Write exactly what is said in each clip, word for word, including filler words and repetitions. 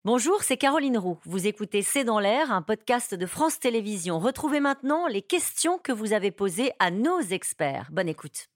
Bonjour, c'est Caroline Roux. Vous écoutez C'est dans l'air, un podcast de France Télévisions. Retrouvez maintenant les questions que vous avez posées à nos experts. Bonne écoute.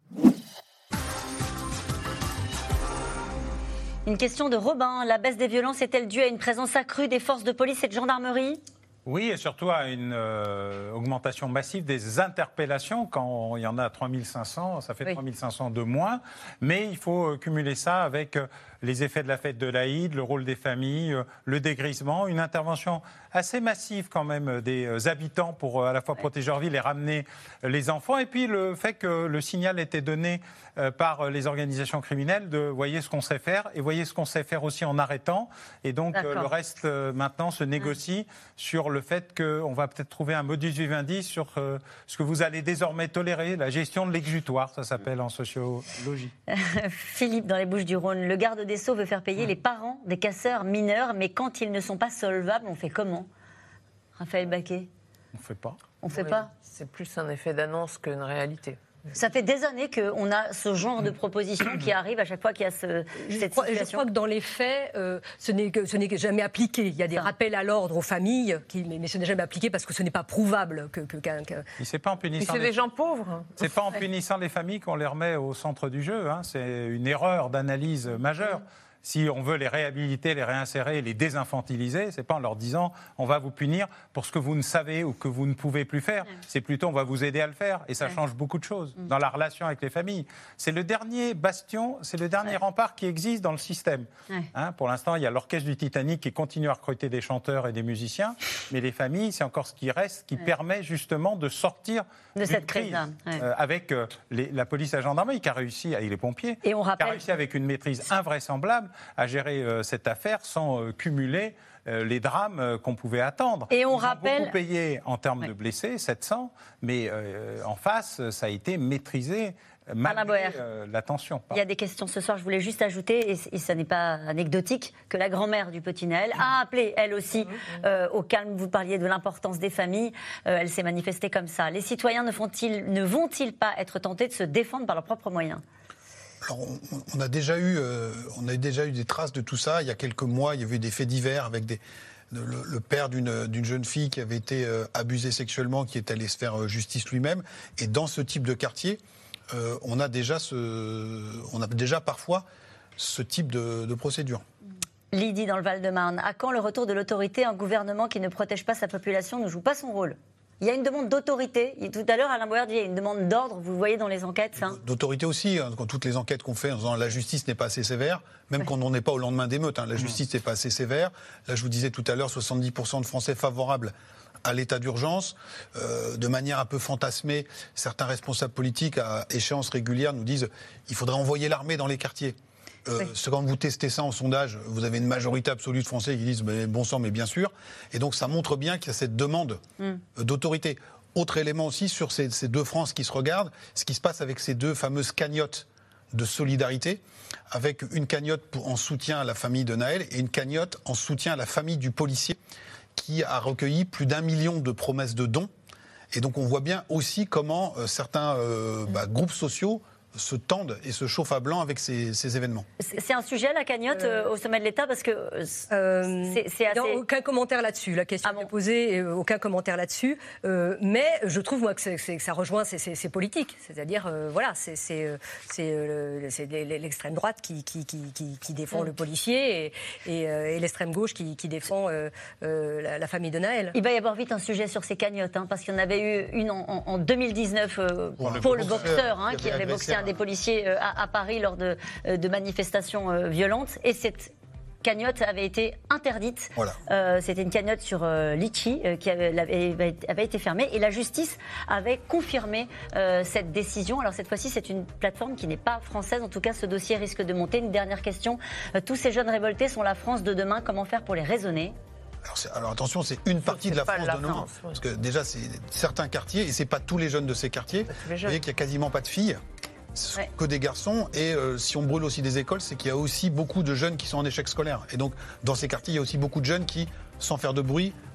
Une question de Robin. La baisse des violences est-elle due à une présence accrue des forces de police et de gendarmerie ? Oui, et surtout à une euh, augmentation massive des interpellations. Quand il y en a trois mille cinq cents, ça fait oui. trois mille cinq cents de moins. Mais il faut euh, cumuler ça avec euh, les effets de la fête de l'Aïd, le rôle des familles, euh, le dégrisement, une intervention assez massive quand même des euh, habitants pour euh, à la fois protéger leur ville et ramener euh, les enfants. Et puis le fait que le signal était donné euh, par euh, les organisations criminelles de voyez ce qu'on sait faire et voyez ce qu'on sait faire aussi en arrêtant. Et donc euh, le reste euh, maintenant se négocie mmh. sur le fait qu'on va peut-être trouver un modus vivendi sur euh, ce que vous allez désormais tolérer, la gestion de l'exutoire, ça s'appelle en sociologie. Philippe, dans les Bouches-du-Rhône, le garde des Sceaux veut faire payer mmh. les parents des casseurs mineurs, mais quand ils ne sont pas solvables, on fait comment ? Raphaël Baquet ? On ne fait pas. On ne fait oui, pas ? C'est plus un effet d'annonce qu'une réalité. Ça fait des années qu'on a ce genre de proposition qui arrive à chaque fois qu'il y a ce, cette crois, situation. Je crois que dans les faits, euh, ce n'est que, ce n'est jamais appliqué. Il y a des ça. rappels à l'ordre aux familles, qui, mais, mais ce n'est jamais appliqué parce que ce n'est pas prouvable. Que, que, que, que... C'est pas en punissant. C'est les... des gens pauvres. C'est pas en punissant les familles qu'on les remet au centre du jeu. Hein. C'est une erreur d'analyse majeure. Si on veut les réhabiliter, les réinsérer, les désinfantiliser, c'est pas en leur disant on va vous punir pour ce que vous ne savez ou que vous ne pouvez plus faire. Ouais. C'est plutôt on va vous aider à le faire. Et ça ouais. change beaucoup de choses mmh. dans la relation avec les familles. C'est le dernier bastion, c'est le dernier ouais. rempart qui existe dans le système. Ouais. Hein, pour l'instant, il y a l'orchestre du Titanic qui continue à recruter des chanteurs et des musiciens, mais les familles, c'est encore ce qui reste, qui ouais. permet justement de sortir de cette crise, crise ouais. euh, avec euh, les, la police et la gendarmerie qui a réussi, avec les pompiers, et on rappelle... qui a réussi avec une maîtrise invraisemblable à gérer euh, cette affaire sans euh, cumuler euh, les drames euh, qu'on pouvait attendre. Et on Ils rappelle... ont beaucoup payé en termes ouais. de blessés, sept cents, mais euh, en face, ça a été maîtrisé malgré euh, la tension. Il y a des questions ce soir, je voulais juste ajouter, et, et ça n'est pas anecdotique, que la grand-mère du petit Naël a appelé, elle aussi, euh, au calme. Vous parliez de l'importance des familles, euh, elle s'est manifestée comme ça. Les citoyens ne, font-ils, ne vont-ils pas être tentés de se défendre par leurs propres moyens ? Alors, on, on, a déjà eu, euh, on a déjà eu des traces de tout ça. Il y a quelques mois, il y avait eu des faits divers avec des, le, le père d'une, d'une jeune fille qui avait été euh, abusée sexuellement, qui est allé se faire euh, justice lui-même. Et dans ce type de quartier, euh, on a déjà ce, on a déjà parfois ce type de, de procédure. Lydie, dans le Val-de-Marne, à quand le retour de l'autorité ? Un gouvernement qui ne protège pas sa population ne joue pas son rôle. Il y a une demande d'autorité. Tout à l'heure, Alain Bauer dit qu'il y a une demande d'ordre. Vous le voyez dans les enquêtes, ça ? D'autorité aussi. Hein, quand toutes les enquêtes qu'on fait en disant la justice n'est pas assez sévère, même ouais. quand on n'est pas au lendemain d'émeutes, hein, la justice n'est pas assez sévère. Là, je vous disais tout à l'heure, soixante-dix pour cent de Français favorables à l'état d'urgence. Euh, de manière un peu fantasmée, certains responsables politiques à échéance régulière nous disent qu'il faudrait envoyer l'armée dans les quartiers. Euh, oui. Quand vous testez ça en sondage, vous avez une majorité absolue de Français qui disent mais, bon sang, mais bien sûr. Et donc ça montre bien qu'il y a cette demande mm. d'autorité. Autre élément aussi sur ces, ces deux France qui se regardent, ce qui se passe avec ces deux fameuses cagnottes de solidarité, avec une cagnotte pour, en soutien à la famille de Naël et une cagnotte en soutien à la famille du policier qui a recueilli plus d'un million de promesses de dons. Et donc on voit bien aussi comment euh, certains euh, bah, groupes sociaux se tendent et se chauffent à blanc avec ces, ces événements. C'est un sujet, la cagnotte, euh, au sommet de l'État, parce que euh, c'est, c'est assez... Non, aucun commentaire là-dessus. La question ah bon. est posée, euh, aucun commentaire là-dessus. Euh, mais je trouve, moi, que, c'est, c'est, que ça rejoint ces, ces, ces politiques. C'est-à-dire, euh, voilà, c'est, c'est, c'est, euh, c'est l'extrême droite qui, qui, qui, qui, qui défend mmh. le policier et, et, euh, et l'extrême gauche qui, qui défend euh, euh, la, la famille de Naël. Il va y avoir vite un sujet sur ces cagnottes, hein, parce qu'il y en avait eu une en, en, en deux mille dix-neuf euh, pour, pour le boxeur, hein, qui avait boxé des policiers euh, à, à Paris lors de, euh, de manifestations euh, violentes. Et cette cagnotte avait été interdite. Voilà. Euh, c'était une cagnotte sur euh, Litchi euh, qui avait, avait, avait été fermée. Et la justice avait confirmé euh, cette décision. Alors cette fois-ci, c'est une plateforme qui n'est pas française. En tout cas, ce dossier risque de monter. Une dernière question. Euh, tous ces jeunes révoltés sont la France de demain. Comment faire pour les raisonner ? Alors, alors attention, c'est une partie de la France la de demain. France, oui. Parce que déjà, c'est certains quartiers, et c'est pas tous les jeunes de ces quartiers. Vous voyez qu'il y a quasiment pas de filles. Ce sont ouais. que des garçons, et euh, si on brûle aussi des écoles, c'est qu'il y a aussi beaucoup de jeunes qui sont en échec scolaire. Et donc, dans ces quartiers, il y a aussi beaucoup de jeunes qui, sans faire de bruit,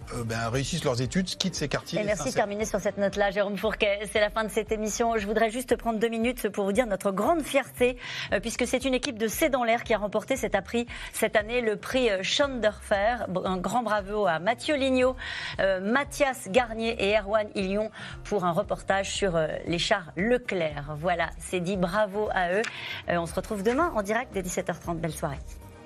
euh, ben, réussissent leurs études, quittent ces quartiers. Et merci de terminer sur cette note-là, Jérôme Fourquet. C'est la fin de cette émission. Je voudrais juste prendre deux minutes pour vous dire notre grande fierté, euh, puisque c'est une équipe de C'est dans l'air qui a remporté cet prix cette année, le prix Schonderfer. Un grand bravo à Mathieu Lignot, euh, Mathias Garnier et Erwan Illion pour un reportage sur euh, les chars Leclerc. Voilà, c'est dit, bravo à eux. Euh, on se retrouve demain en direct dès dix-sept heures trente. Belle soirée.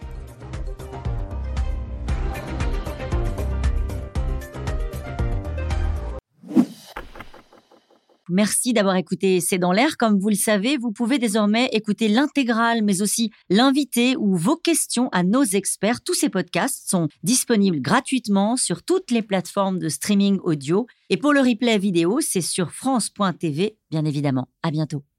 Merci d'avoir écouté C'est dans l'air. Comme vous le savez, vous pouvez désormais écouter l'intégrale, mais aussi l'invité ou vos questions à nos experts. Tous ces podcasts sont disponibles gratuitement sur toutes les plateformes de streaming audio. Et pour le replay vidéo, c'est sur France point T V, bien évidemment. À bientôt.